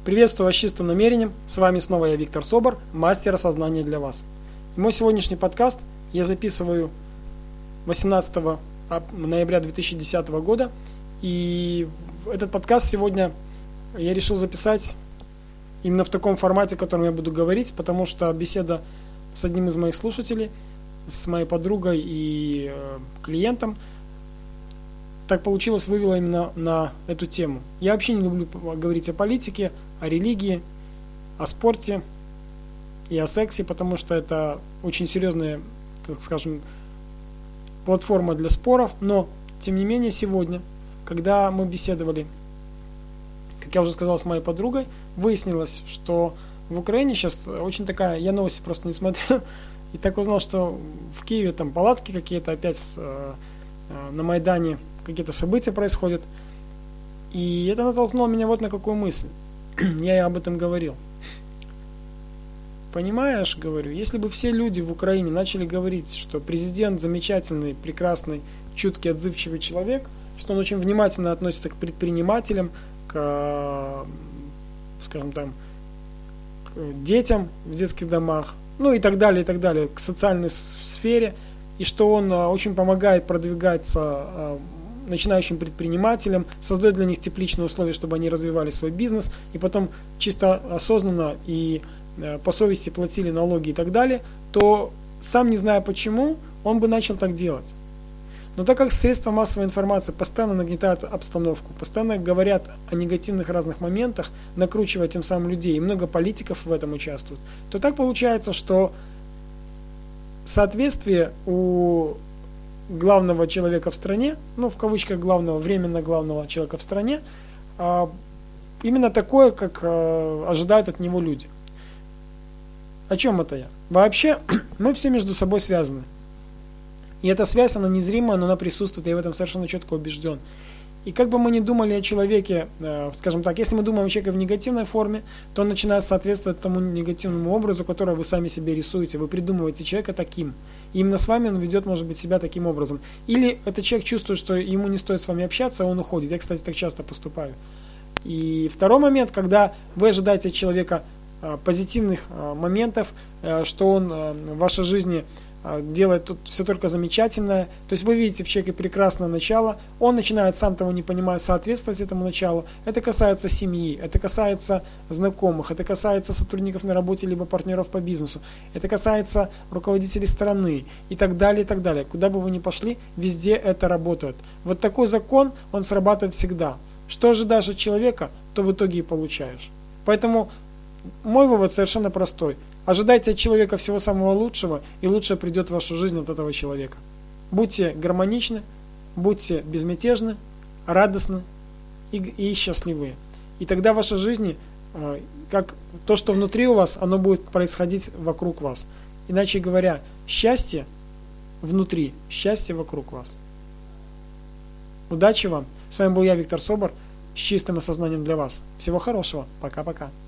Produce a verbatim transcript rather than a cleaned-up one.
Приветствую вас с чистым намерением. С вами снова я, Виктор Собор, мастер осознания для вас. И мой сегодняшний подкаст я записываю восемнадцатого ноября две тысячи десятого года. И этот подкаст сегодня я решил записать именно в таком формате, в котором я буду говорить, потому что беседа с одним из моих слушателей, с моей подругой и э, клиентом, так получилось, вывела именно на эту тему. Я вообще не люблю говорить о политике, о религии, о спорте и о сексе, потому что это очень серьезная, так скажем, платформа для споров. Но, тем не менее, сегодня, когда мы беседовали, как я уже сказал, с моей подругой, выяснилось, что в Украине сейчас очень такая, я новости просто не смотрю, и так узнал, что в Киеве там палатки какие-то опять э, э, на Майдане, какие-то события происходят. И это натолкнуло меня вот на какую мысль. Я и об этом говорил. Понимаешь, говорю, если бы все люди в Украине начали говорить, что президент замечательный, прекрасный, чуткий, отзывчивый человек, что он очень внимательно относится к предпринимателям, к, скажем там, к детям в детских домах, ну и так далее, и так далее, к социальной сфере, и что он очень помогает продвигаться начинающим предпринимателям, создает для них тепличные условия, чтобы они развивали свой бизнес, и потом чисто осознанно и э, по совести платили налоги и так далее, то, сам не зная почему, он бы начал так делать. Но так как средства массовой информации постоянно нагнетают обстановку, постоянно говорят о негативных разных моментах, накручивая тем самым людей, и много политиков в этом участвуют, то так получается, что соответствие у главного человека в стране, ну в кавычках главного, временно главного человека в стране, а, именно такое, как а, ожидают от него люди. О чем это я? Вообще, мы все между собой связаны. И эта связь, она незримая, но она присутствует, и я в этом совершенно четко убежден. И как бы мы ни думали о человеке, э, скажем так, если мы думаем о человеке в негативной форме, то он начинает соответствовать тому негативному образу, который вы сами себе рисуете. Вы придумываете человека таким. И именно с вами он ведет, может быть, себя таким образом. Или этот человек чувствует, что ему не стоит с вами общаться, а он уходит. Я, кстати, так часто поступаю. И второй момент, когда вы ожидаете от человека э, позитивных э, моментов, э, что он э, в вашей жизни делает тут все только замечательное, то есть вы видите в человеке прекрасное начало, он начинает, сам того не понимая, соответствовать этому началу. Это касается семьи, это касается знакомых, это касается сотрудников на работе, либо партнеров по бизнесу, это касается руководителей страны и так далее, и так далее. Куда бы вы ни пошли, везде это работает. Вот такой закон, он срабатывает всегда. Что ожидаешь от человека, то в итоге и получаешь. Поэтому мой вывод совершенно простой. Ожидайте от человека всего самого лучшего, и лучшее придет в вашу жизнь от этого человека. Будьте гармоничны, будьте безмятежны, радостны и, и счастливые. И тогда в вашей жизни, как то, что внутри у вас, оно будет происходить вокруг вас. Иначе говоря, счастье внутри, счастье вокруг вас. Удачи вам! С вами был я, Виктор Собор, с чистым осознанием для вас. Всего хорошего. Пока-пока.